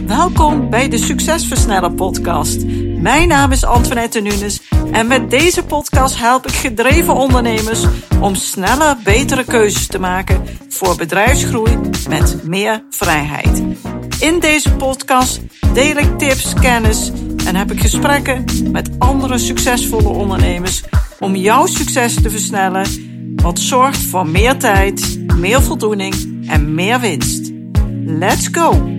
Welkom bij de Succesversneller podcast. Mijn naam is Antoinette Nunes en met deze podcast help ik gedreven ondernemers om sneller betere keuzes te maken voor bedrijfsgroei met meer vrijheid. In deze podcast deel ik tips, kennis en heb ik gesprekken met andere succesvolle ondernemers om jouw succes te versnellen, wat zorgt voor meer tijd, meer voldoening en meer winst. Let's go!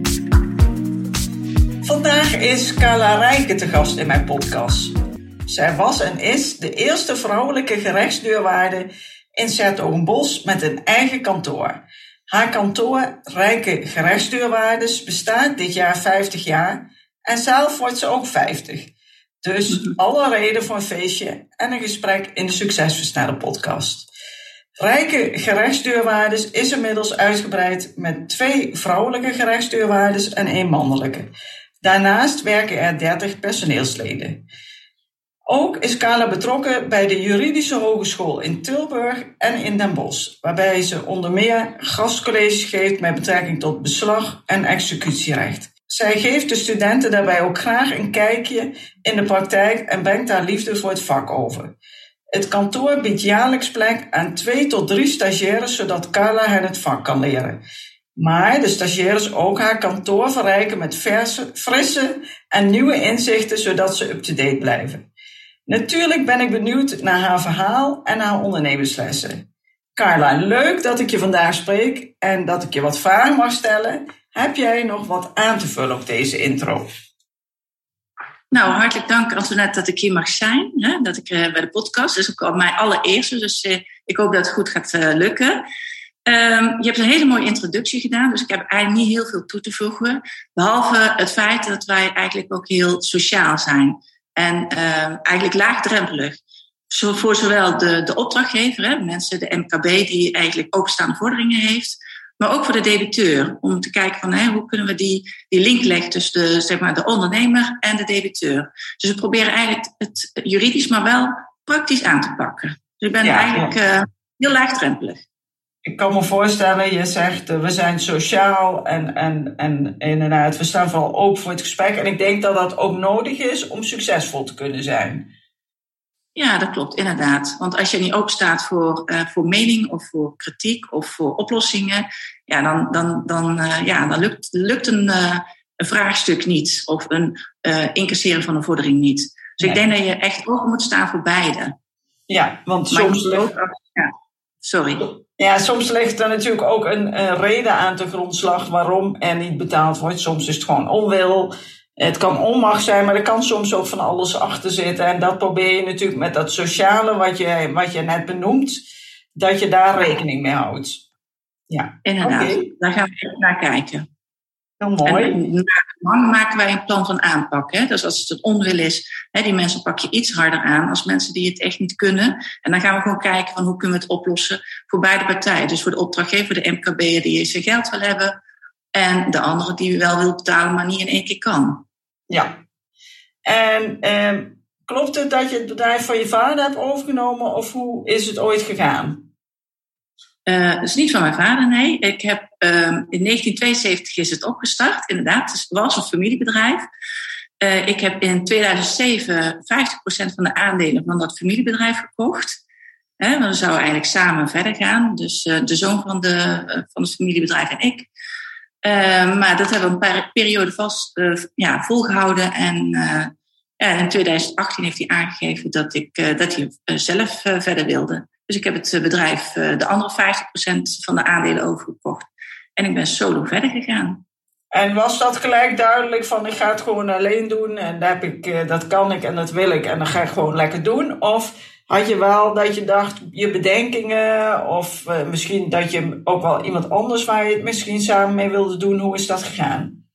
Vandaag is Carla Rijke te gast in mijn podcast. Zij was en is de eerste vrouwelijke gerechtsdeurwaarde in 's-Hertogenbosch met een eigen kantoor. Haar kantoor Rijke Gerechtsdeurwaardes bestaat dit jaar 50 jaar en zelf wordt ze ook 50. Dus alle reden voor een feestje en een gesprek in de Succesversneller podcast. Rijke Gerechtsdeurwaardes is inmiddels uitgebreid met 2 vrouwelijke gerechtsdeurwaardes en 1 mannelijke. Daarnaast werken er 30 personeelsleden. Ook is Carla betrokken bij de Juridische Hogeschool in Tilburg en in Den Bosch, waarbij ze onder meer gastcolleges geeft met betrekking tot beslag en executierecht. Zij geeft de studenten daarbij ook graag een kijkje in de praktijk en brengt haar liefde voor het vak over. Het kantoor biedt jaarlijks plek aan 2 tot 3 stagiaires, zodat Carla hen het vak kan leren. Maar de stagiaires ook haar kantoor verrijken met frisse en nieuwe inzichten, zodat ze up-to-date blijven. Natuurlijk ben ik benieuwd naar haar verhaal en haar ondernemerslessen. Carla, leuk dat ik je vandaag spreek en dat ik je wat vragen mag stellen. Heb jij nog wat aan te vullen op deze intro? Nou, hartelijk dank Antoinette dat ik hier mag zijn. Hè, dat ik bij de podcast. Dat is ook al mijn allereerste, dus ik hoop dat het goed gaat lukken. Je hebt een hele mooie introductie gedaan, dus ik heb eigenlijk niet heel veel toe te voegen. Behalve het feit dat wij eigenlijk ook heel sociaal zijn. En eigenlijk laagdrempelig. Voor zowel de opdrachtgever, hè, mensen, de MKB die eigenlijk openstaande vorderingen heeft. Maar ook voor de debiteur. Om te kijken van hoe kunnen we die link leggen tussen de ondernemer en de debiteur. Dus we proberen eigenlijk het juridisch, maar wel praktisch aan te pakken. Dus ik ben eigenlijk heel laagdrempelig. Ik kan me voorstellen, je zegt we zijn sociaal en inderdaad, we staan vooral open voor het gesprek. En ik denk dat dat ook nodig is om succesvol te kunnen zijn. Ja, dat klopt, inderdaad. Want als je niet open staat voor mening of voor kritiek of voor oplossingen, ja, dan lukt een vraagstuk niet of een incasseren van een vordering niet. Dus ik denk dat je echt open moet staan voor beide. Ja, want soms soms ligt er natuurlijk ook een reden aan de grondslag waarom er niet betaald wordt. Soms is het gewoon onwil. Het kan onmacht zijn, maar er kan soms ook van alles achter zitten. En dat probeer je natuurlijk met dat sociale, wat je net benoemt, dat je daar rekening mee houdt. Ja, inderdaad. Daar gaan we even naar kijken. Heel mooi. En na maken wij een plan van aanpak. Hè? Dus als het een onwil is, die mensen pak je iets harder aan als mensen die het echt niet kunnen. En dan gaan we gewoon kijken van hoe kunnen we het oplossen voor beide partijen. Dus voor de opdrachtgever, de MKB'er die zijn geld wil hebben. En de andere die wel wil betalen, maar niet in één keer kan. Ja. En klopt het dat je het bedrijf van je vader hebt overgenomen? Of hoe is het ooit gegaan? Het is niet van mijn vader, nee. Ik heb, in 1972 is het opgestart, inderdaad. Het was een familiebedrijf. Ik heb in 2007 50% van de aandelen van dat familiebedrijf gekocht. Want we zouden eigenlijk samen verder gaan. Dus de zoon van het familiebedrijf en ik. Maar dat hebben we een periode volgehouden. En in 2018 heeft hij aangegeven dat hij zelf verder wilde. Dus ik heb het bedrijf de andere 50% van de aandelen overgekocht. En ik ben solo verder gegaan. En was dat gelijk duidelijk van ik ga het gewoon alleen doen en dat kan ik en dat wil ik en dan ga ik gewoon lekker doen? Of had je wel dat je dacht je bedenkingen of misschien dat je ook wel iemand anders waar je het misschien samen mee wilde doen? Hoe is dat gegaan?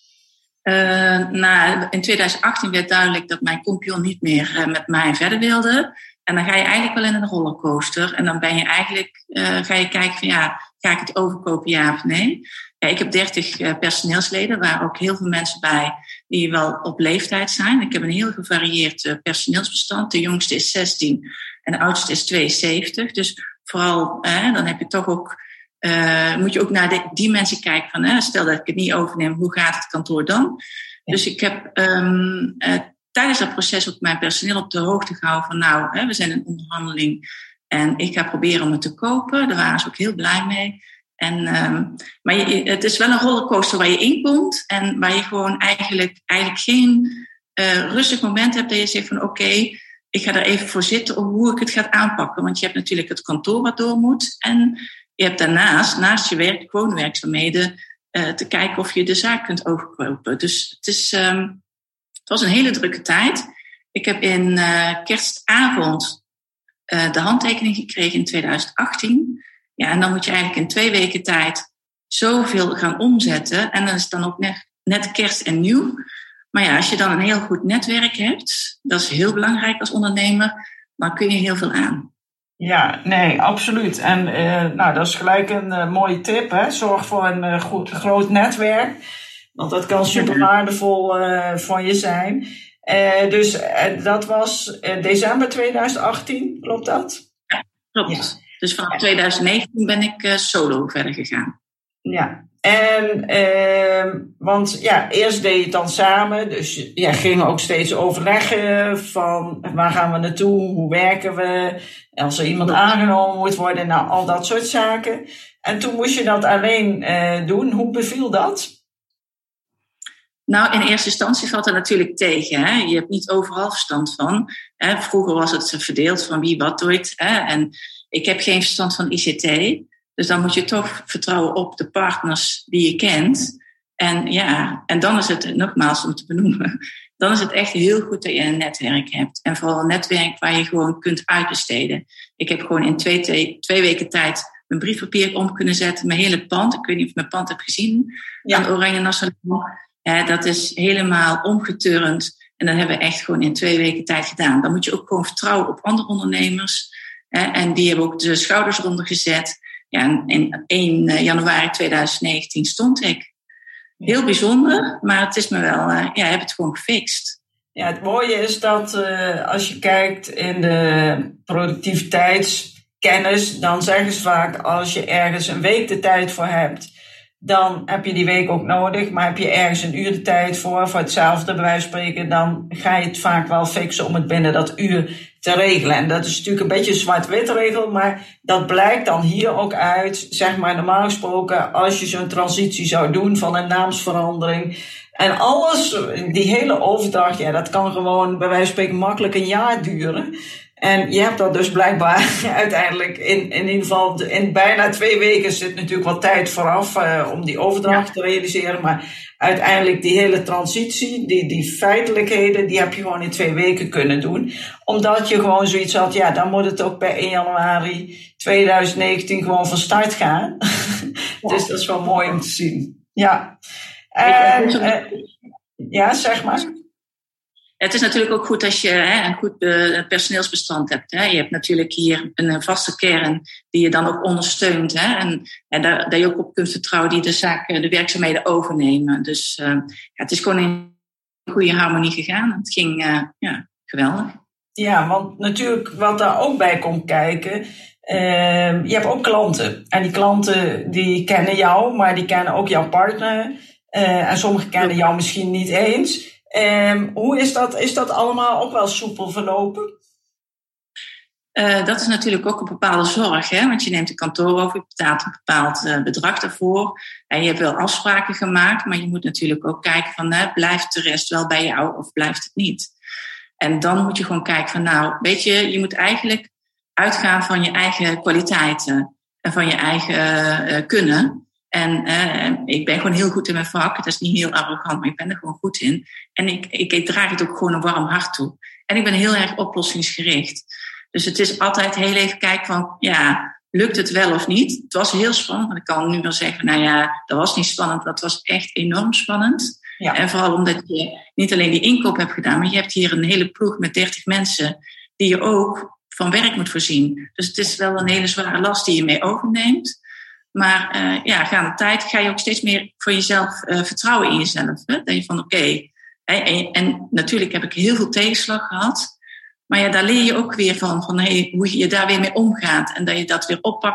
In 2018 werd duidelijk dat mijn compagnon niet meer met mij verder wilde. En dan ga je eigenlijk wel in een rollercoaster. En dan ben je eigenlijk, ga je kijken van ga ik het overkopen ja of nee? Ja, ik heb 30 personeelsleden, waar ook heel veel mensen bij die wel op leeftijd zijn. Ik heb een heel gevarieerd personeelsbestand. De jongste is 16 en de oudste is 72. Dus vooral, dan heb je toch ook moet je ook naar die mensen kijken van, stel dat ik het niet overneem, hoe gaat het kantoor dan? Ja. Dus ik heb tijdens dat proces ook mijn personeel op de hoogte gehouden van, we zijn in onderhandeling en ik ga proberen om het te kopen. Daar waren ze ook heel blij mee. Maar het is wel een rollercoaster waar je in komt en waar je gewoon eigenlijk geen rustig moment hebt dat je zegt van oké, ik ga er even voor zitten om hoe ik het ga aanpakken. Want je hebt natuurlijk het kantoor wat door moet en je hebt daarnaast, naast je werk, gewoon werkzaamheden te kijken of je de zaak kunt overkopen. Dus het was een hele drukke tijd. Ik heb in kerstavond de handtekening gekregen in 2018. Ja, en dan moet je eigenlijk in 2 weken tijd zoveel gaan omzetten. En dan is het dan ook net kerst en nieuw. Maar ja, als je dan een heel goed netwerk hebt, dat is heel belangrijk als ondernemer, dan kun je heel veel aan. Ja, nee, absoluut. En dat is gelijk een mooie tip. Hè? Zorg voor een groot netwerk. Want dat kan super waardevol voor je zijn. Dus dat was december 2018, klopt dat? Ja, klopt. Ja. Dus vanaf 2019 ben ik solo verder gegaan. Ja, want eerst deed je het dan samen. Dus ging ook steeds overleggen van waar gaan we naartoe, hoe werken we, als er iemand aangenomen moet worden, al dat soort zaken. En toen moest je dat alleen doen. Hoe beviel dat? Nou, in eerste instantie valt dat natuurlijk tegen. Hè? Je hebt niet overal verstand van. Hè? Vroeger was het verdeeld van wie wat doet. Hè? En ik heb geen verstand van ICT. Dus dan moet je toch vertrouwen op de partners die je kent. En dan is het, nogmaals om te benoemen, dan is het echt heel goed dat je een netwerk hebt. En vooral een netwerk waar je gewoon kunt uitbesteden. Ik heb gewoon in 2 weken tijd mijn briefpapier om kunnen zetten. Mijn hele pand, ik weet niet of je mijn pand hebt gezien, aan Oranje Nassau. Dat is helemaal omgeturnd. En dat hebben we echt gewoon in 2 weken tijd gedaan. Dan moet je ook gewoon vertrouwen op andere ondernemers. En die hebben ook de schouders eronder gezet. Ja, en in 1 januari 2019 stond ik. Heel bijzonder, maar het is me wel, heb het gewoon gefixt. Ja, het mooie is dat als je kijkt in de productiviteitskennis, dan zeggen ze vaak als je ergens een week de tijd voor hebt, dan heb je die week ook nodig. Maar heb je ergens een uur de tijd voor hetzelfde bij wijze van spreken, dan ga je het vaak wel fixen om het binnen dat uur te regelen. En dat is natuurlijk een beetje een zwart-wit regel, maar dat blijkt dan hier ook uit. Zeg maar normaal gesproken, als je zo'n transitie zou doen van een naamsverandering en alles, die hele overdracht, dat kan gewoon bij wijze van spreken makkelijk een jaar duren. En je hebt dat dus blijkbaar uiteindelijk in ieder geval in bijna 2 weken zit natuurlijk wat tijd vooraf om die overdracht te realiseren. Maar uiteindelijk die hele transitie, die feitelijkheden, die heb je gewoon in 2 weken kunnen doen. Omdat je gewoon zoiets had, dan moet het ook bij 1 januari 2019 gewoon van start gaan. Dus dat is wel mooi om te zien. Ja. Zeg maar. Het is natuurlijk ook goed als je een goed personeelsbestand hebt. Hè. Je hebt natuurlijk hier een vaste kern die je dan ook ondersteunt. Hè. En daar je ook op kunt vertrouwen die de werkzaamheden overnemen. Dus het is gewoon in goede harmonie gegaan. Het ging geweldig. Ja, want natuurlijk wat daar ook bij komt kijken, je hebt ook klanten. En die klanten die kennen jou, maar die kennen ook jouw partner. En sommigen kennen jou misschien niet eens. Hoe is dat? Is dat allemaal ook wel soepel verlopen? Dat is natuurlijk ook een bepaalde zorg, hè? Want je neemt een kantoor over, je betaalt een bepaald bedrag daarvoor. En je hebt wel afspraken gemaakt, maar je moet natuurlijk ook kijken van, blijft de rest wel bij jou of blijft het niet? En dan moet je gewoon kijken van, weet je moet eigenlijk uitgaan van je eigen kwaliteiten en van je eigen kunnen. En ik ben gewoon heel goed in mijn vak. Het is niet heel arrogant, maar ik ben er gewoon goed in. En ik draag het ook gewoon een warm hart toe. En ik ben heel erg oplossingsgericht. Dus het is altijd heel even kijken van, lukt het wel of niet? Het was heel spannend, want ik kan nu wel zeggen, dat was niet spannend. Dat was echt enorm spannend. Ja. En vooral omdat je niet alleen die inkoop hebt gedaan, maar je hebt hier een hele ploeg met 30 mensen die je ook van werk moet voorzien. Dus het is wel een hele zware last die je mee overneemt. Maar gaande tijd ga je ook steeds meer voor jezelf vertrouwen in jezelf. Hè? Dat je van oké. En natuurlijk heb ik heel veel tegenslag gehad. Maar daar leer je ook weer van hoe je daar weer mee omgaat. En dat je dat weer oppakt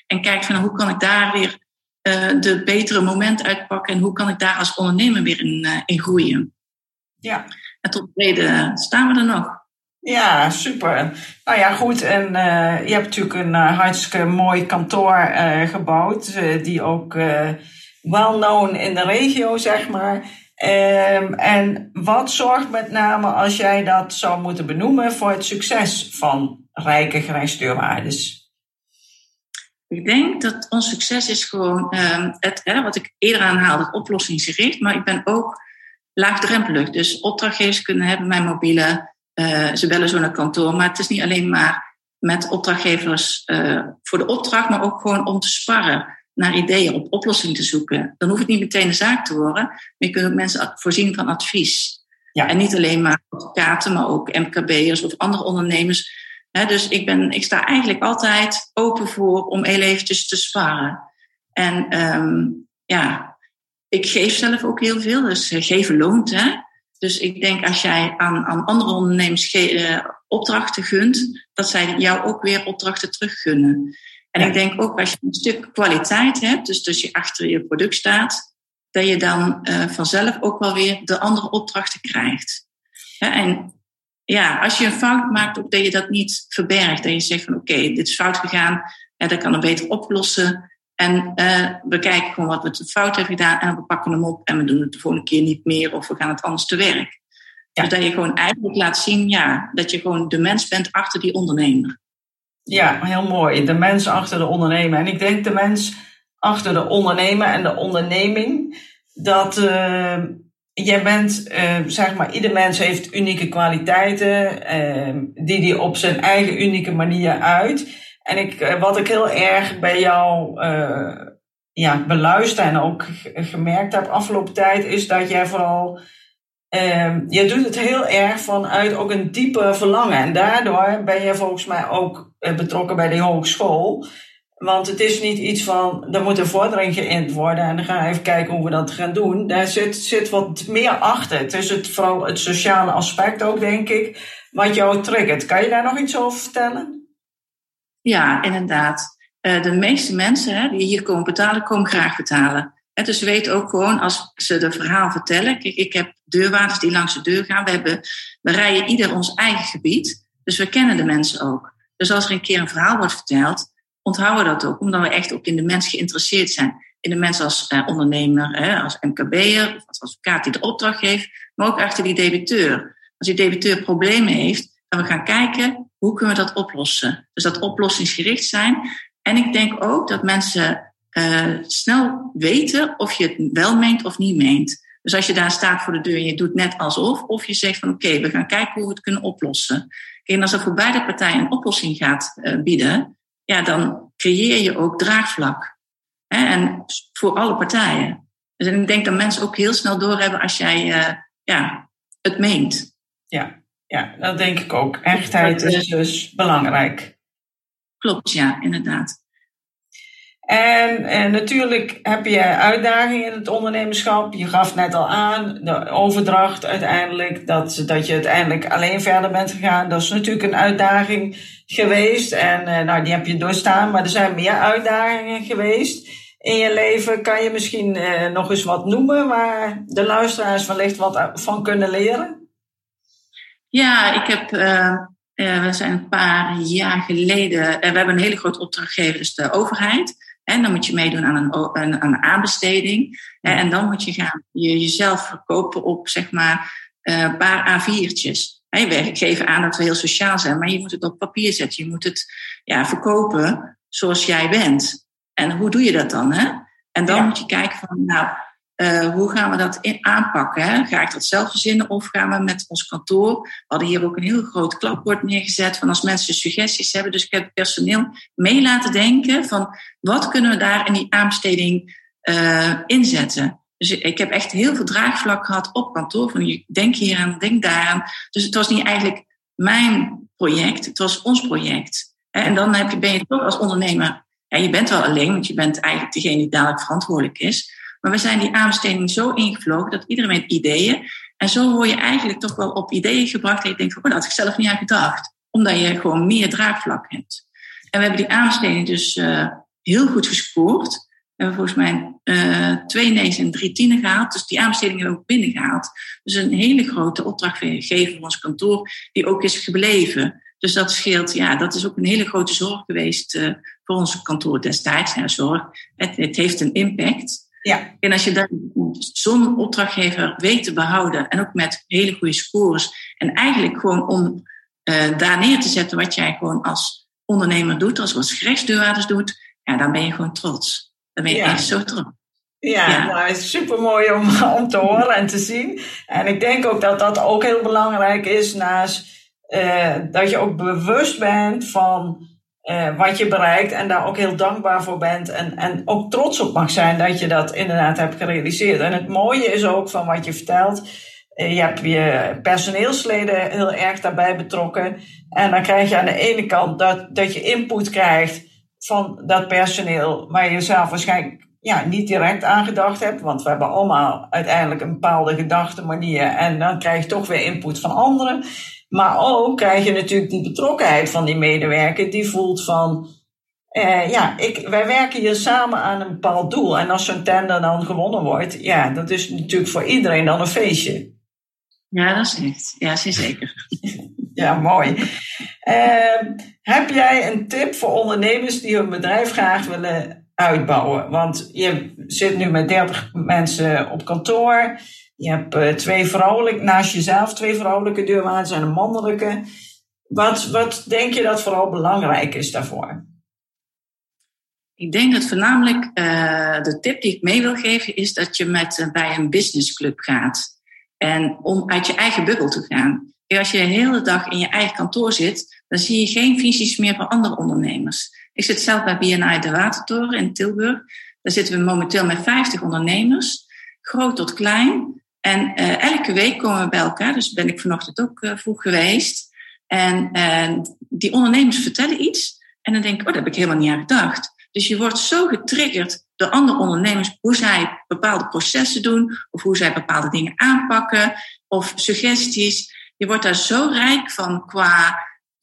En kijkt van hoe kan ik daar weer de betere moment uitpakken. En hoe kan ik daar als ondernemer weer in groeien. Ja. En tot heden staan we er nog. Ja, super. Nou ja, goed. En je hebt natuurlijk een hartstikke mooi kantoor gebouwd. Die ook well-known in de regio, zeg maar. En wat zorgt met name, als jij dat zou moeten benoemen, voor het succes van Rijke gerechtsdeurwaarders? Ik denk dat ons succes is gewoon wat ik eerder aanhaalde, het oplossingsgericht. Maar ik ben ook laagdrempelig. Dus opdrachtgevers kunnen hebben mijn mobiele. Ze bellen zo naar kantoor. Maar het is niet alleen maar met opdrachtgevers voor de opdracht, maar ook gewoon om te sparren naar ideeën, op oplossingen te zoeken. Dan hoeft het niet meteen een zaak te worden, maar je kunt ook mensen voorzien van advies. Ja. En niet alleen maar advocaten, maar ook MKB'ers of andere ondernemers. Dus ik sta eigenlijk altijd open voor om heel eventjes te sparren. En ik geef zelf ook heel veel, dus geven loont. Hè? Dus ik denk als jij aan andere ondernemers opdrachten gunt, dat zij jou ook weer opdrachten teruggunnen. En ik denk ook als je een stuk kwaliteit hebt, dus je achter je product staat, dat je dan vanzelf ook wel weer de andere opdrachten krijgt. En als je een fout maakt, ook dat je dat niet verbergt. Dat je zegt van oké, dit is fout gegaan, dat kan er beter oplossen. En we kijken gewoon wat we te fout hebben gedaan en we pakken hem op en we doen het de volgende keer niet meer of we gaan het anders te werk. Ja. Dus dat je gewoon eigenlijk laat zien dat je gewoon de mens bent achter die ondernemer. Ja, heel mooi. De mens achter de ondernemer. En ik denk de mens achter de ondernemer en de onderneming, dat jij bent, ieder mens heeft unieke kwaliteiten die op zijn eigen unieke manier uit. En wat ik heel erg bij jou beluister en ook gemerkt heb afgelopen tijd, is dat jij vooral, je doet het heel erg vanuit ook een diepe verlangen. En daardoor ben je volgens mij ook betrokken bij die hogeschool. Want het is niet iets van, er moet een vordering geïnd worden en dan gaan we even kijken hoe we dat gaan doen. Daar zit wat meer achter. Het is vooral het sociale aspect ook, denk ik, wat jou triggert. Kan je daar nog iets over vertellen? Ja, inderdaad. De meeste mensen die hier komen betalen, komen graag betalen. Dus ze weten ook gewoon, als ze de verhaal vertellen. Kijk, ik heb deurwaarders die langs de deur gaan. We rijden ieder ons eigen gebied. Dus we kennen de mensen ook. Dus als er een keer een verhaal wordt verteld, onthouden we dat ook. Omdat we echt ook in de mens geïnteresseerd zijn. In de mens als ondernemer, als MKB'er, of als advocaat die de opdracht geeft. Maar ook achter die debiteur. Als die debiteur problemen heeft, dan we gaan kijken, hoe kunnen we dat oplossen? Dus dat oplossingsgericht zijn. En ik denk ook dat mensen snel weten of je het wel meent of niet meent. Dus als je daar staat voor de deur en je doet net alsof, of je zegt van oké, we gaan kijken hoe we het kunnen oplossen. En als er voor beide partijen een oplossing gaat bieden, dan creëer je ook draagvlak. En voor alle partijen. Dus ik denk dat mensen ook heel snel doorhebben als jij het meent. Ja, dat denk ik ook. Echtheid is dus belangrijk. Klopt, ja, inderdaad. En natuurlijk heb je uitdagingen in het ondernemerschap. Je gaf net al aan, de overdracht uiteindelijk, dat je uiteindelijk alleen verder bent gegaan. Dat is natuurlijk een uitdaging geweest. En die heb je doorstaan, maar er zijn meer uitdagingen geweest in je leven. Kan je misschien nog eens wat noemen waar de luisteraars wellicht wat van kunnen leren? Ja, we zijn een paar jaar geleden, we hebben een hele grote opdrachtgever, dus de overheid. En dan moet je meedoen aan een aanbesteding. En dan moet je jezelf verkopen op, zeg maar, een paar A4'tjes. We geven aan dat we heel sociaal zijn, maar je moet het op papier zetten. Je moet het verkopen zoals jij bent. En hoe doe je dat dan? Hè? En dan moet je kijken van, hoe gaan we dat aanpakken? Hè? Ga ik dat zelf verzinnen of gaan we met ons kantoor? We hadden hier ook een heel groot klapbord neergezet van als mensen suggesties hebben. Dus ik heb het personeel mee laten denken van wat kunnen we daar in die aanbesteding inzetten. Dus ik heb echt heel veel draagvlak gehad op kantoor. Van denk hier aan, denk daaraan. Dus het was niet eigenlijk mijn project, het was ons project. En dan ben je toch als ondernemer, je bent wel alleen, want je bent eigenlijk degene die dadelijk verantwoordelijk is. Maar we zijn die aanbesteding zo ingevlogen dat iedereen met ideeën. En zo word je eigenlijk toch wel op ideeën gebracht. Dat je denkt van, daar had ik zelf niet aan gedacht. Omdat je gewoon meer draagvlak hebt. En we hebben die aanbesteding dus heel goed gescoord. We hebben volgens mij 2 nee's en 3 tienen gehaald. Dus die aanbestedingen hebben we ook binnengehaald. Dus een hele grote opdrachtgever voor ons kantoor die ook is gebleven. Dus dat scheelt, dat is ook een hele grote zorg geweest voor ons kantoor destijds. Ja, zorg. Het heeft een impact. Ja. En als je zo'n opdrachtgever weet te behouden en ook met hele goede scores en eigenlijk gewoon om daar neer te zetten wat jij gewoon als ondernemer doet, als gerechtsdeurwaarders doet, dan ben je gewoon trots. Dan ben je echt zo trots. Ja, nou, het is super mooi om te horen en te zien. En ik denk ook dat dat ook heel belangrijk is, naast dat je ook bewust bent van wat je bereikt en daar ook heel dankbaar voor bent en ook trots op mag zijn dat je dat inderdaad hebt gerealiseerd. En het mooie is ook van wat je vertelt, je hebt je personeelsleden heel erg daarbij betrokken en dan krijg je aan de ene kant dat je input krijgt van dat personeel waar je zelf waarschijnlijk niet direct aan gedacht hebt, want we hebben allemaal uiteindelijk een bepaalde gedachte manier en dan krijg je toch weer input van anderen. Maar ook krijg je natuurlijk die betrokkenheid van die medewerker die voelt van, wij werken hier samen aan een bepaald doel. En als zo'n tender dan gewonnen wordt, dat is natuurlijk voor iedereen dan een feestje. Ja, dat is echt. Ja, zeker. Ja, mooi. Heb jij een tip voor ondernemers die hun bedrijf graag willen uitbouwen? Want je zit nu met 30 mensen op kantoor. Je hebt 2 vrouwelijke, naast jezelf 2 vrouwelijke deurwaarders en een mannelijke. Wat denk je dat vooral belangrijk is daarvoor? Ik denk dat voornamelijk de tip die ik mee wil geven is dat je bij een businessclub gaat. En om uit je eigen bubbel te gaan. Als je de hele dag in je eigen kantoor zit, dan zie je geen visies meer van andere ondernemers. Ik zit zelf bij BNI de Watertoren in Tilburg. Daar zitten we momenteel met 50 ondernemers, groot tot klein. En elke week komen we bij elkaar, dus ben ik vanochtend ook vroeg geweest. En die ondernemers vertellen iets en dan denk ik, daar heb ik helemaal niet aan gedacht. Dus je wordt zo getriggerd door andere ondernemers hoe zij bepaalde processen doen of hoe zij bepaalde dingen aanpakken of suggesties. Je wordt daar zo rijk van qua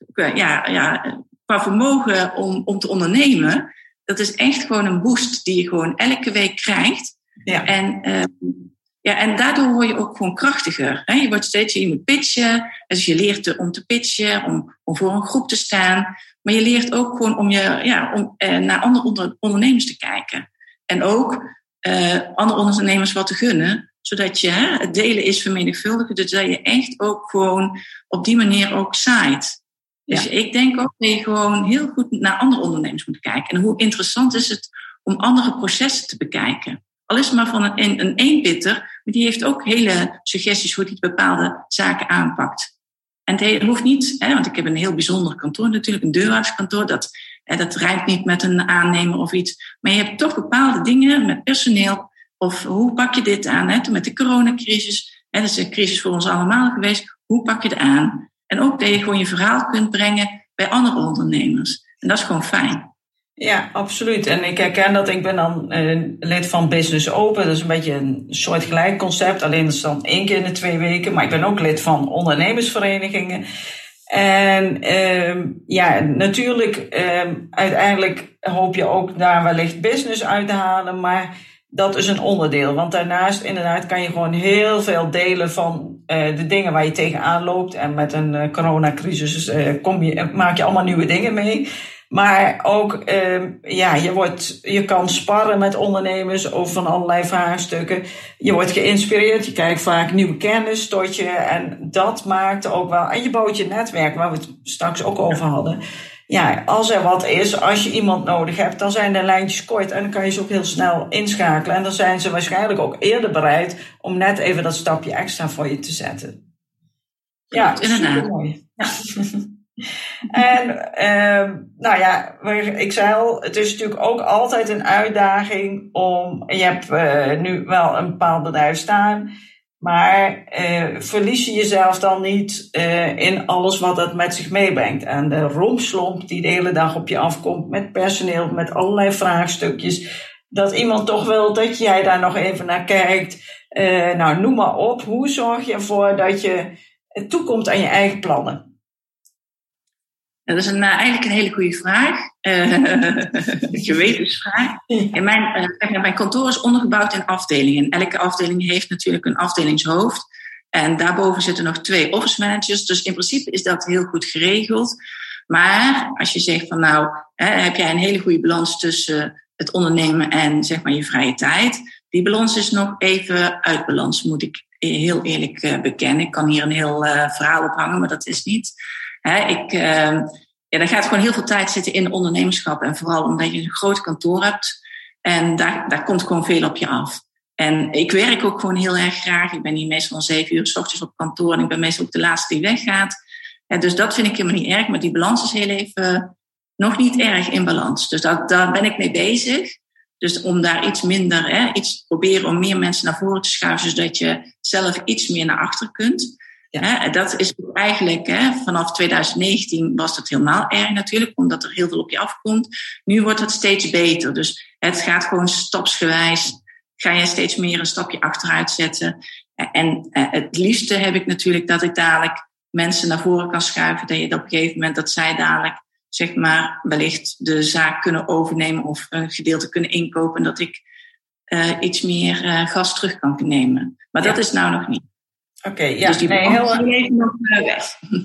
vermogen om te ondernemen. Dat is echt gewoon een boost die je gewoon elke week krijgt. Ja. En daardoor word je ook gewoon krachtiger. Hè? Je wordt steeds, je moet pitchen. Dus je leert om te pitchen, om voor een groep te staan. Maar je leert ook gewoon om naar andere ondernemers te kijken. En ook andere ondernemers wat te gunnen. Zodat je het delen is vermenigvuldigen. Dus dat je echt ook gewoon op die manier ook zaait. Dus ik denk ook dat je gewoon heel goed naar andere ondernemers moet kijken. En hoe interessant is het om andere processen te bekijken. Al is het maar van een eenpitter, maar die heeft ook hele suggesties hoe hij bepaalde zaken aanpakt. En het hoeft niet, want ik heb een heel bijzonder kantoor natuurlijk, een deurwaarderskantoor, dat rijmt niet met een aannemer of iets. Maar je hebt toch bepaalde dingen met personeel, of hoe pak je dit aan? Met de coronacrisis, dat is een crisis voor ons allemaal geweest, hoe pak je het aan? En ook dat je gewoon je verhaal kunt brengen bij andere ondernemers. En dat is gewoon fijn. Ja, absoluut. En ik herken dat. Ik ben dan lid van Business Open. Dat is een beetje een soortgelijk concept. Alleen dat is dan 1 keer in de 2 weken. Maar ik ben ook lid van ondernemersverenigingen. En natuurlijk, uiteindelijk hoop je ook daar wellicht business uit te halen. Maar dat is een onderdeel. Want daarnaast inderdaad kan je gewoon heel veel delen van de dingen waar je tegenaan loopt. En met een coronacrisis maak je allemaal nieuwe dingen mee. Maar ook, je kan sparren met ondernemers over van allerlei vraagstukken. Je wordt geïnspireerd, je krijgt vaak nieuwe kennis tot je. En dat maakt ook wel, en je bouwt je netwerk, waar we het straks ook over hadden. Ja, als er wat is, als je iemand nodig hebt, dan zijn de lijntjes kort. En dan kan je ze ook heel snel inschakelen. En dan zijn ze waarschijnlijk ook eerder bereid om net even dat stapje extra voor je te zetten. Ja, supermooi. Ja. En ik zei al, het is natuurlijk ook altijd een uitdaging je hebt nu wel een bepaald bedrijf staan, maar verlies je jezelf dan niet in alles wat het met zich meebrengt. En de rompslomp die de hele dag op je afkomt met personeel, met allerlei vraagstukjes, dat iemand toch wil dat jij daar nog even naar kijkt. Noem maar op, hoe zorg je ervoor dat je toekomt aan je eigen plannen? Dat is eigenlijk een hele goede vraag. Gewetensvraag. En mijn kantoor is ondergebouwd in afdelingen. Elke afdeling heeft natuurlijk een afdelingshoofd. En daarboven zitten nog 2 office managers. Dus in principe is dat heel goed geregeld. Maar als je zegt van heb jij een hele goede balans tussen het ondernemen en zeg maar je vrije tijd. Die balans is nog even uit balans, moet ik heel eerlijk bekennen. Ik kan hier een heel verhaal ophangen, maar dat is niet. Daar gaat gewoon heel veel tijd zitten in ondernemerschap. En vooral omdat je een groot kantoor hebt. En daar komt gewoon veel op je af. En ik werk ook gewoon heel erg graag. Ik ben hier meestal om 7 uur 's ochtends op kantoor. En ik ben meestal ook de laatste die weggaat. Dus dat vind ik helemaal niet erg. Maar die balans is heel even nog niet erg in balans. Dus daar ben ik mee bezig. Dus om daar iets minder, iets proberen om meer mensen naar voren te schuiven. Zodat je zelf iets meer naar achter kunt. Ja. Dat is eigenlijk, vanaf 2019 was dat helemaal erg natuurlijk, omdat er heel veel op je afkomt. Nu wordt het steeds beter. Dus het gaat gewoon stapsgewijs, ga je steeds meer een stapje achteruit zetten. En het liefste heb ik natuurlijk dat ik dadelijk mensen naar voren kan schuiven. Dat je op een gegeven moment dat zij dadelijk, zeg maar, wellicht de zaak kunnen overnemen of een gedeelte kunnen inkopen. En dat ik iets meer gas terug kan nemen. Maar dat is nou nog niet. Oké, ja. Dus die heel nog weg.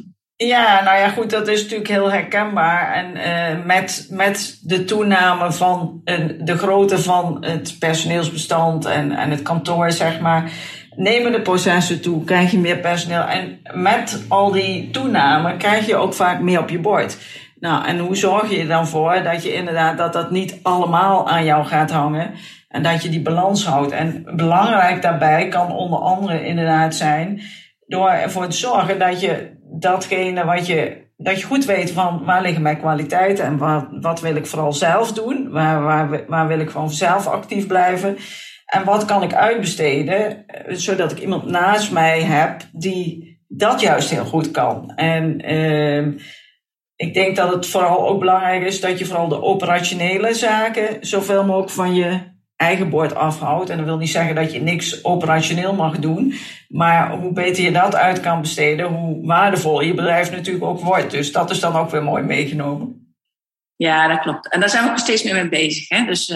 Ja, goed, dat is natuurlijk heel herkenbaar. En met de toename van de grootte van het personeelsbestand en het kantoor, zeg maar, nemen de processen toe, krijg je meer personeel. En met al die toename krijg je ook vaak meer op je bord. Nou, en hoe zorg je er dan voor dat je inderdaad dat niet allemaal aan jou gaat hangen en dat je die balans houdt? En belangrijk daarbij kan onder andere inderdaad zijn door ervoor te zorgen dat je datgene dat je goed weet van waar liggen mijn kwaliteiten en wat wil ik vooral zelf doen, waar wil ik gewoon zelf actief blijven en wat kan ik uitbesteden zodat ik iemand naast mij heb die dat juist heel goed kan. En ik denk dat het vooral ook belangrijk is dat je vooral de operationele zaken zoveel mogelijk van je eigen bord afhoudt. En dat wil niet zeggen dat je niks operationeel mag doen. Maar hoe beter je dat uit kan besteden, hoe waardevoller je bedrijf natuurlijk ook wordt. Dus dat is dan ook weer mooi meegenomen. Ja, dat klopt. En daar zijn we ook steeds meer mee bezig. Hè? Dus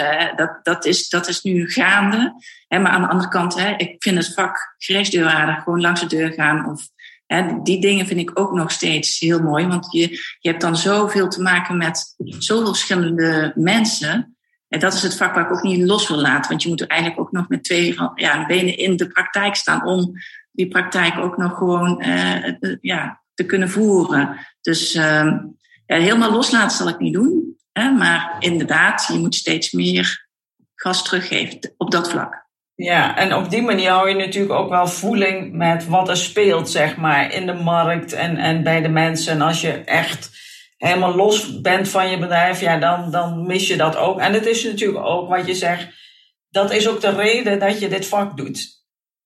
dat is nu gaande. Hè? Maar aan de andere kant, ik vind het vak gerechtsdeurwaarder, gewoon langs de deur gaan of die dingen vind ik ook nog steeds heel mooi. Want je hebt dan zoveel te maken met zoveel verschillende mensen. En dat is het vak waar ik ook niet los wil laten. Want je moet er eigenlijk ook nog met 2 benen in de praktijk staan. Om die praktijk ook nog gewoon te kunnen voeren. Dus helemaal loslaten zal ik niet doen. Maar inderdaad, je moet steeds meer gas teruggeven op dat vlak. Ja, en op die manier hou je natuurlijk ook wel voeling met wat er speelt, zeg maar, in de markt en bij de mensen. En als je echt helemaal los bent van je bedrijf, dan mis je dat ook. En het is natuurlijk ook wat je zegt, dat is ook de reden dat je dit vak doet.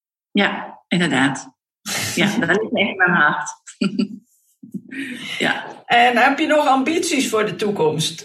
Ja, inderdaad. Ja, dat ligt echt bij mijn hart. Ja. En heb je nog ambities voor de toekomst?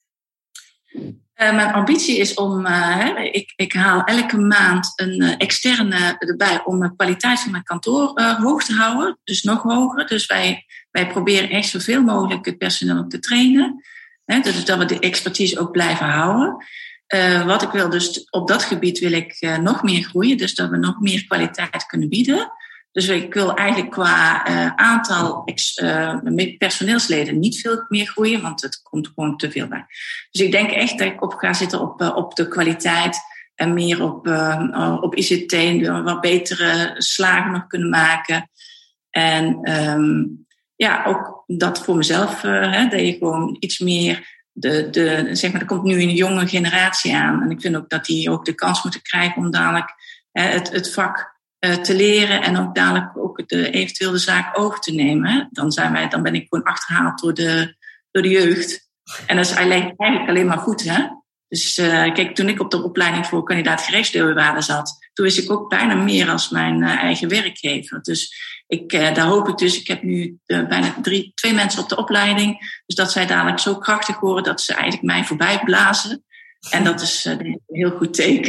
Mijn ambitie is om, ik haal elke maand een externe erbij om de kwaliteit van mijn kantoor hoog te houden. Dus nog hoger. Dus wij proberen echt zoveel mogelijk het personeel te trainen. Dus dat we de expertise ook blijven houden. Wat ik wil, dus op dat gebied wil ik nog meer groeien. Dus dat we nog meer kwaliteit kunnen bieden. Dus ik wil eigenlijk qua aantal personeelsleden niet veel meer groeien, want het komt gewoon te veel bij. Dus ik denk echt dat ik op ga zitten op de kwaliteit en meer op ICT, en wat betere slagen nog kunnen maken. En ook dat voor mezelf, dat je gewoon iets meer zeg maar, er komt nu een jonge generatie aan. En ik vind ook dat die ook de kans moeten krijgen om dadelijk het vak te leren en ook dadelijk ook eventueel de zaak over te nemen. Dan ben ik gewoon achterhaald door de jeugd. En dat is eigenlijk alleen maar goed, hè? Dus kijk, toen ik op de opleiding voor kandidaat gerechtsdeurwaarder zat, toen wist ik ook bijna meer als mijn eigen werkgever. Dus daar hoop ik dus. Ik heb nu bijna 2 mensen op de opleiding. Dus dat zij dadelijk zo krachtig worden dat ze eigenlijk mij voorbij blazen. En dat is denk ik een heel goed teken.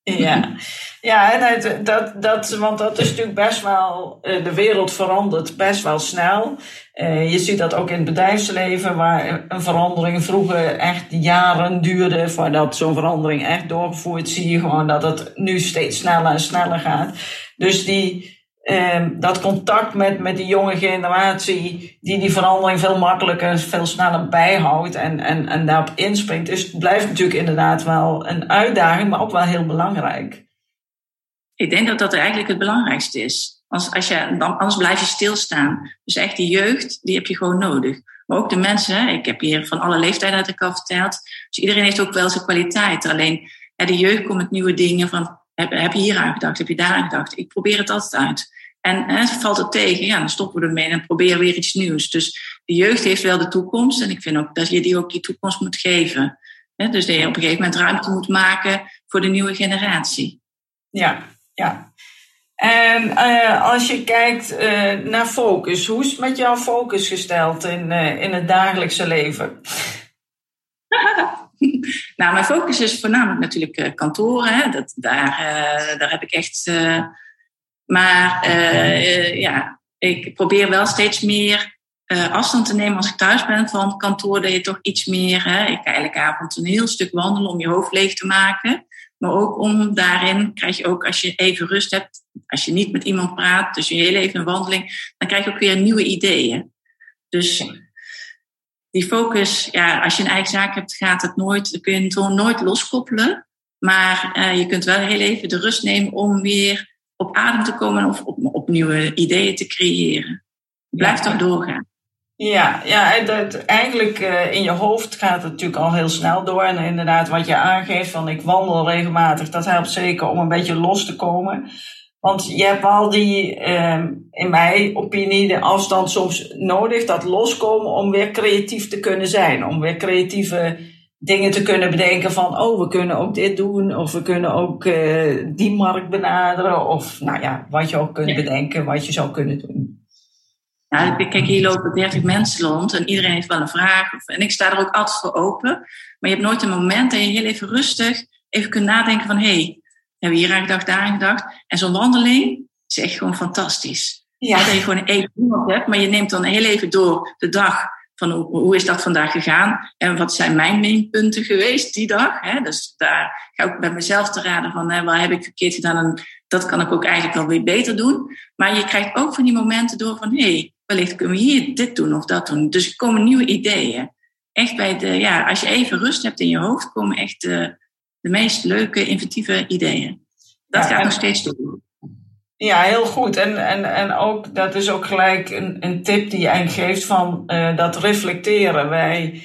Ja, en want dat is natuurlijk best wel, de wereld verandert best wel snel. Je ziet dat ook in het bedrijfsleven, waar een verandering vroeger echt jaren duurde voordat zo'n verandering echt doorgevoerd, zie je gewoon dat het nu steeds sneller en sneller gaat. Dus dat contact met die jonge generatie, die verandering veel makkelijker, veel sneller bijhoudt en daarop inspringt. Dus het blijft natuurlijk inderdaad wel een uitdaging, maar ook wel heel belangrijk. Ik denk dat dat eigenlijk het belangrijkste is. Anders blijf je stilstaan. Dus echt die jeugd, die heb je gewoon nodig. Maar ook de mensen, ik heb hier van alle leeftijden uit elkaar verteld. Dus iedereen heeft ook wel zijn kwaliteiten. Alleen de jeugd komt met nieuwe dingen van, heb je hier aan gedacht, heb je daar aan gedacht? Ik probeer het altijd uit. En valt het tegen, dan stoppen we ermee en proberen weer iets nieuws. Dus de jeugd heeft wel de toekomst. En ik vind ook dat je die ook die toekomst moet geven. Dus dat je op een gegeven moment ruimte moet maken voor de nieuwe generatie. Ja. En als je kijkt naar focus, hoe is het met jouw focus gesteld in het dagelijkse leven? Nou, mijn focus is voornamelijk natuurlijk kantoren. Hè. Daar heb ik echt... ik probeer wel steeds meer afstand te nemen als ik thuis ben van kantoor. Dat je toch iets meer... ik ga elke avond een heel stuk wandelen om je hoofd leeg te maken. Maar ook daarin krijg je ook, als je even rust hebt, als je niet met iemand praat, dus je heel even een wandeling, dan krijg je ook weer nieuwe ideeën. Dus die focus, als je een eigen zaak hebt, kun je het nooit loskoppelen. Maar je kunt wel heel even de rust nemen om weer op adem te komen of op nieuwe ideeën te creëren. Blijf toch doorgaan. Eigenlijk in je hoofd gaat het natuurlijk al heel snel door. En inderdaad, wat je aangeeft van ik wandel regelmatig, dat helpt zeker om een beetje los te komen. Want je hebt wel in mijn opinie, de afstand soms nodig, dat loskomen om weer creatief te kunnen zijn. Om weer creatieve dingen te kunnen bedenken van, we kunnen ook dit doen. Of we kunnen ook die markt benaderen. Of wat je ook kunt bedenken, wat je zou kunnen doen. Ja, kijk, hier lopen 30 mensen rond en iedereen heeft wel een vraag. En ik sta er ook altijd voor open. Maar je hebt nooit een moment dat je heel even rustig even kunt nadenken van... hebben we hier aan gedacht, daar aan gedacht. En zo'n wandeling is echt gewoon fantastisch. Ja. Dat je gewoon even iemand hebt, maar je neemt dan heel even door de dag... van hoe is dat vandaag gegaan en wat zijn mijn minpunten geweest die dag. Dus daar ga ik ook bij mezelf te raden van waar heb ik verkeerd gedaan en dat kan ik ook eigenlijk wel weer beter doen. Maar je krijgt ook van die momenten door van wellicht kunnen we hier dit doen of dat doen. Dus er komen nieuwe ideeën. Echt als je even rust hebt in je hoofd, komen echt de meest leuke, inventieve ideeën. Dat gaat nog steeds door. Ja, heel goed. En ook, dat is ook gelijk een tip die je eigenlijk geeft van dat reflecteren.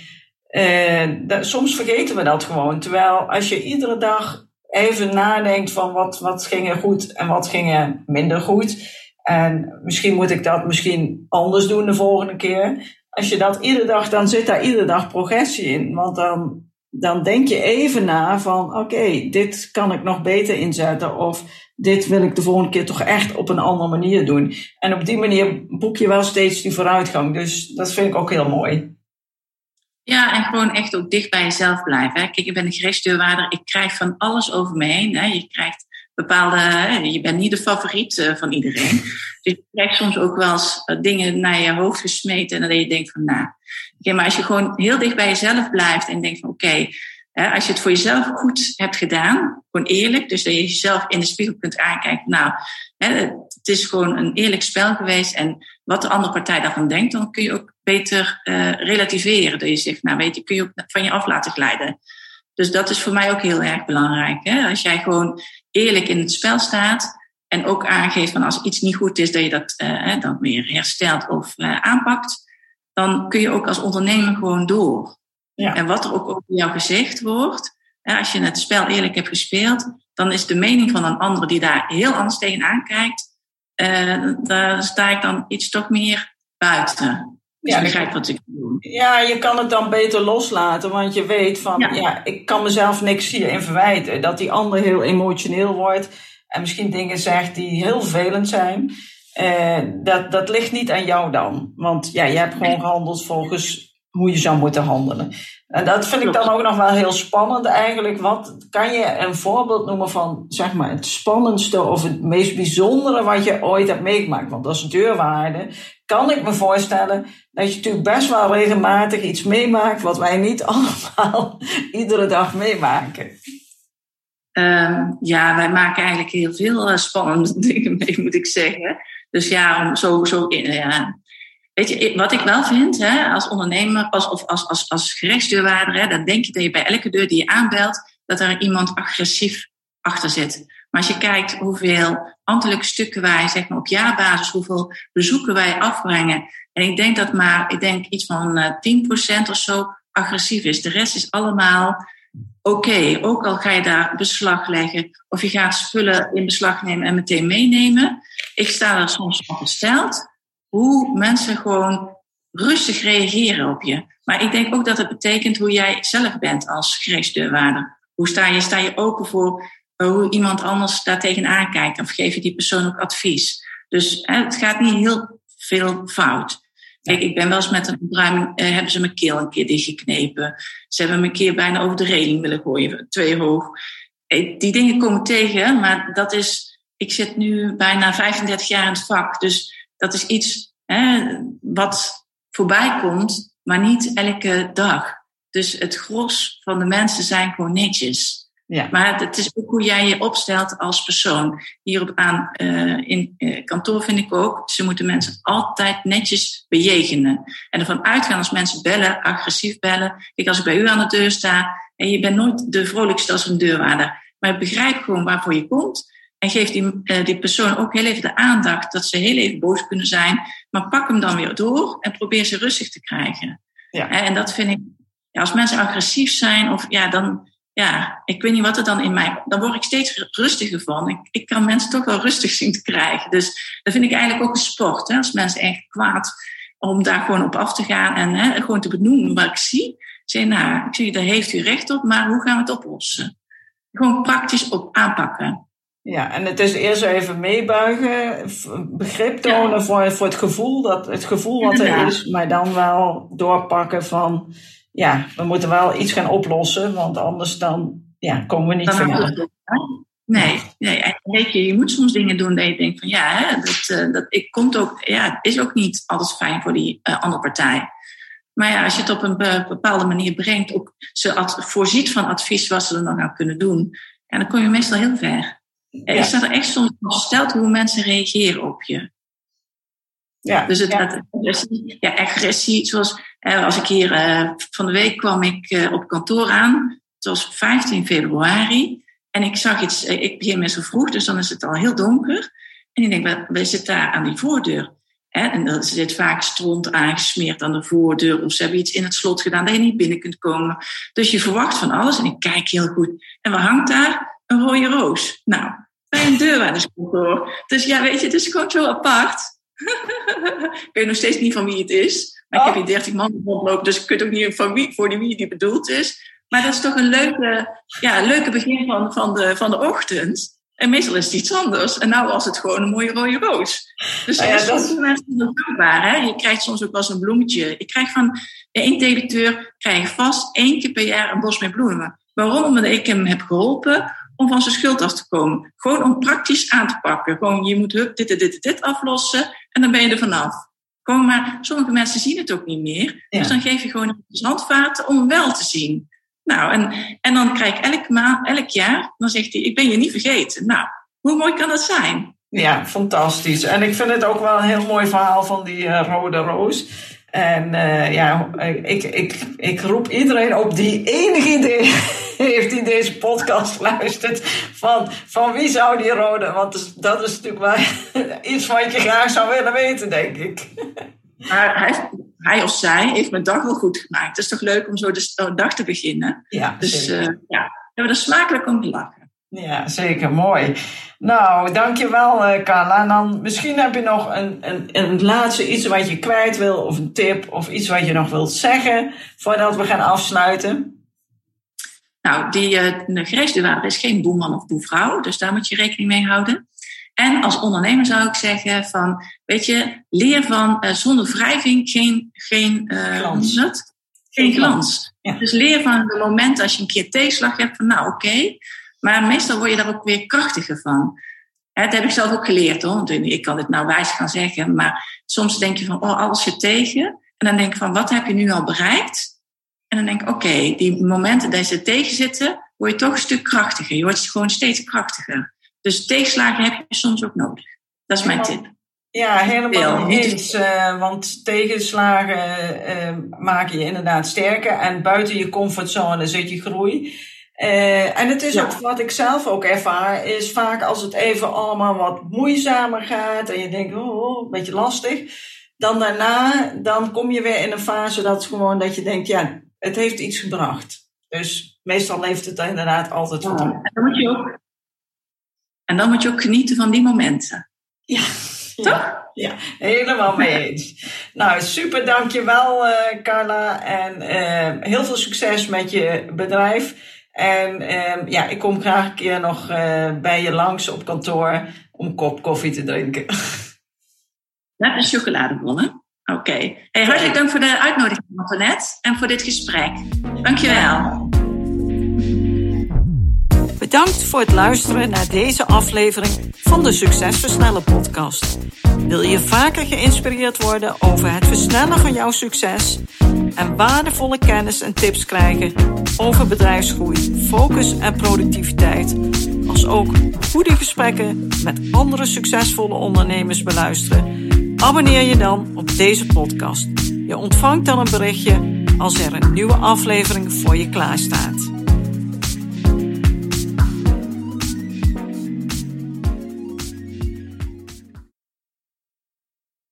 Soms vergeten we dat gewoon. Terwijl als je iedere dag even nadenkt van wat ging er goed en wat ging er minder goed. En misschien moet ik dat anders doen de volgende keer. Als je dat iedere dag, dan zit daar iedere dag progressie in. Want dan denk je even na van oké, dit kan ik nog beter inzetten. Of dit wil ik de volgende keer toch echt op een andere manier doen. En op die manier boek je wel steeds die vooruitgang. Dus dat vind ik ook heel mooi. Ja, en gewoon echt ook dicht bij jezelf blijven. Kijk, ik ben een gerechtsdeurwaarder. Ik krijg van alles over me heen. Je krijgt je bent niet de favoriet van iedereen. Dus je krijgt soms ook wel eens dingen naar je hoofd gesmeten. En dan je denkt van, maar als je gewoon heel dicht bij jezelf blijft en denkt van, als je het voor jezelf goed hebt gedaan, gewoon eerlijk, dus dat je jezelf in de spiegel kunt aankijken. Het is gewoon een eerlijk spel geweest en wat de andere partij daarvan denkt, dan kun je ook beter relativeren. Dat je zegt, kun je ook van je af laten glijden. Dus dat is voor mij ook heel erg belangrijk. Als jij gewoon eerlijk in het spel staat en ook aangeeft van als iets niet goed is, dat je dat dan weer herstelt of aanpakt, dan kun je ook als ondernemer gewoon door. Ja. En wat er ook over jou gezegd wordt, als je het spel eerlijk hebt gespeeld, dan is de mening van een ander die daar heel anders tegenaan kijkt, daar sta ik dan iets toch meer buiten. Dus je begrijpt wat ik bedoel. Ja, je kan het dan beter loslaten, want je weet van, ik kan mezelf niks hierin verwijten. Dat die ander heel emotioneel wordt en misschien dingen zegt die heel vervelend zijn. Dat ligt niet aan jou dan. Want je hebt gewoon gehandeld volgens hoe je zou moeten handelen. En dat vind ik dan ook nog wel heel spannend eigenlijk. Wat kan je een voorbeeld noemen van zeg maar het spannendste of het meest bijzondere wat je ooit hebt meegemaakt? Want als deurwaarde kan ik me voorstellen dat je natuurlijk best wel regelmatig iets meemaakt wat wij niet allemaal iedere dag meemaken. Wij maken eigenlijk heel veel spannende dingen mee, moet ik zeggen. Dus ja, Weet je, wat ik wel vind, hè, als ondernemer of als gerechtsdeurwaarder, hè, dan denk je dat je bij elke deur die je aanbelt, dat er iemand agressief achter zit. Maar als je kijkt hoeveel ambtelijke stukken wij, zeg maar op jaarbasis, hoeveel bezoeken wij afbrengen. En ik denk iets van 10% of zo agressief is. De rest is allemaal oké. Ook al ga je daar beslag leggen of je gaat spullen in beslag nemen en meteen meenemen. Ik sta er soms van versteld hoe mensen gewoon rustig reageren op je. Maar ik denk ook dat het betekent hoe jij zelf bent als gerechtsdeurwaarder. Hoe sta je open voor hoe iemand anders daar tegenaan kijkt? Of geef je die persoon ook advies? Dus het gaat niet heel veel fout. Kijk, ik ben wel eens met een ontruiming, hebben ze mijn keel een keer dichtgeknepen. Ze hebben me een keer bijna over de reling willen gooien, 2 hoog. Die dingen komen tegen, maar dat is... Ik zit nu bijna 35 jaar in het vak, dus dat is iets wat voorbij komt, maar niet elke dag. Dus het gros van de mensen zijn gewoon netjes. Ja. Maar het is ook hoe jij je opstelt als persoon. Hierop aan in kantoor vind ik ook, ze moeten mensen altijd netjes bejegenen. En ervan uitgaan als mensen bellen, agressief bellen. Kijk, als ik bij u aan de deur sta en je bent nooit de vrolijkste als een deurwaarder. Maar je begrijpt gewoon waarvoor je komt. En geef die persoon ook heel even de aandacht dat ze heel even boos kunnen zijn. Maar pak hem dan weer door en probeer ze rustig te krijgen. Ja. En dat vind ik, als mensen agressief zijn, ik weet niet wat er dan in mij... Dan word ik steeds rustiger van. Ik kan mensen toch wel rustig zien te krijgen. Dus dat vind ik eigenlijk ook een sport. Hè? Als mensen echt kwaad, om daar gewoon op af te gaan en gewoon te benoemen wat ik zie. Ik zeg, daar heeft u recht op, maar hoe gaan we het oplossen? Gewoon praktisch op aanpakken. Ja, en het is eerst even meebuigen, begrip tonen voor het gevoel wat er is, maar dan wel doorpakken van, we moeten wel iets gaan oplossen, want anders dan komen we niet verder. Nee. En weet je moet soms dingen doen dat je denkt van het is ook niet altijd fijn voor die andere partij. Maar als je het op een bepaalde manier brengt, ook ze voorziet van advies wat ze er nog aan kunnen doen, dan kom je meestal heel ver. Ik sta er echt soms versteld hoe mensen reageren op je. Ja. Dus agressie, zoals als ik hier van de week kwam ik op kantoor aan. Het was 15 februari en ik zag iets. Ik begin met zo vroeg, dus dan is het al heel donker. En ik denk, we zitten daar aan die voordeur. En er zit vaak stront aangesmeerd aan de voordeur. Of ze hebben iets in het slot gedaan dat je niet binnen kunt komen. Dus je verwacht van alles en ik kijk heel goed. En wat hangt daar? Een rode roos. Nou, bij een deurwaarderskantoor. Dus het is gewoon zo apart. Ik weet nog steeds niet van wie het is. Maar ik heb hier 30 man rondlopen, dus ik weet ook niet voor wie die bedoeld is. Maar dat is toch een leuke begin van de ochtend. En meestal is het iets anders. En nou was het gewoon een mooie rode roos. Dus soms mensen dankbaar. Hè? Je krijgt soms ook wel eens een bloemetje. Ik krijg van één directeur vast 1 keer per jaar een bos met bloemen. Waarom? Omdat ik hem heb geholpen om van zijn schuld af te komen. Gewoon om praktisch aan te pakken. Gewoon, je moet dit aflossen en dan ben je er vanaf. Gewoon, maar sommige mensen zien het ook niet meer. Ja. Dus dan geef je gewoon een handvaten om hem wel te zien. Nou, en dan krijg ik elk jaar, dan zegt hij, ik ben je niet vergeten. Nou, hoe mooi kan dat zijn? Ja, fantastisch. En ik vind het ook wel een heel mooi verhaal van die rode roos. En ik roep iedereen op die enig idee heeft die deze podcast luistert. Van wie zou die rode... Want dat is natuurlijk wel iets wat je graag zou willen weten, denk ik. Maar hij of zij heeft mijn dag wel goed gemaakt. Het is toch leuk om zo de dag te beginnen. Ja, dus we hebben er smakelijk om te lachen. Ja, zeker. Mooi. Nou, dankjewel Carla. En dan misschien heb je nog een laatste iets wat je kwijt wil, of een tip, of iets wat je nog wilt zeggen voordat we gaan afsluiten. Nou, de gerechtsdeurwaarder is geen boeman of boevrouw, dus daar moet je rekening mee houden. En als ondernemer zou ik zeggen leer van zonder wrijving geen geen glans. Ja. Dus leer van de momenten als je een keer tegenslag hebt van oké. Maar meestal word je daar ook weer krachtiger van. Dat heb ik zelf ook geleerd hoor. Want ik kan het nou wijs gaan zeggen. Maar soms denk je van alles zit tegen. En dan denk ik van wat heb je nu al bereikt? En dan denk ik oké, die momenten dat ze tegen zitten, word je toch een stuk krachtiger. Je wordt gewoon steeds krachtiger. Dus tegenslagen heb je soms ook nodig. Dat is mijn tip. Ja, helemaal eens. Want tegenslagen maken je inderdaad sterker. En buiten je comfortzone zit je groei. En het is ook wat ik zelf ook ervaar, is vaak als het even allemaal wat moeizamer gaat. En je denkt, een beetje lastig. Dan daarna, dan kom je weer in een fase dat je denkt, het heeft iets gebracht. Dus meestal levert het inderdaad altijd wat op. En dan moet je ook genieten van die momenten. Ja. Ja, helemaal mee eens. Nou, super, dankjewel Carla. En heel veel succes met je bedrijf. En ik kom graag een keer nog bij je langs op kantoor om een kop koffie te drinken. Met een chocoladebollen. Oké. Hey, hartelijk dank voor de uitnodiging, Antoinette. En voor dit gesprek. Dankjewel. Bedankt voor het luisteren naar deze aflevering van de Succesversnellen podcast. Wil je vaker geïnspireerd worden over het versnellen van jouw succes en waardevolle kennis en tips krijgen over bedrijfsgroei, focus en productiviteit, als ook goede gesprekken met andere succesvolle ondernemers beluisteren? Abonneer je dan op deze podcast. Je ontvangt dan een berichtje als er een nieuwe aflevering voor je klaar staat.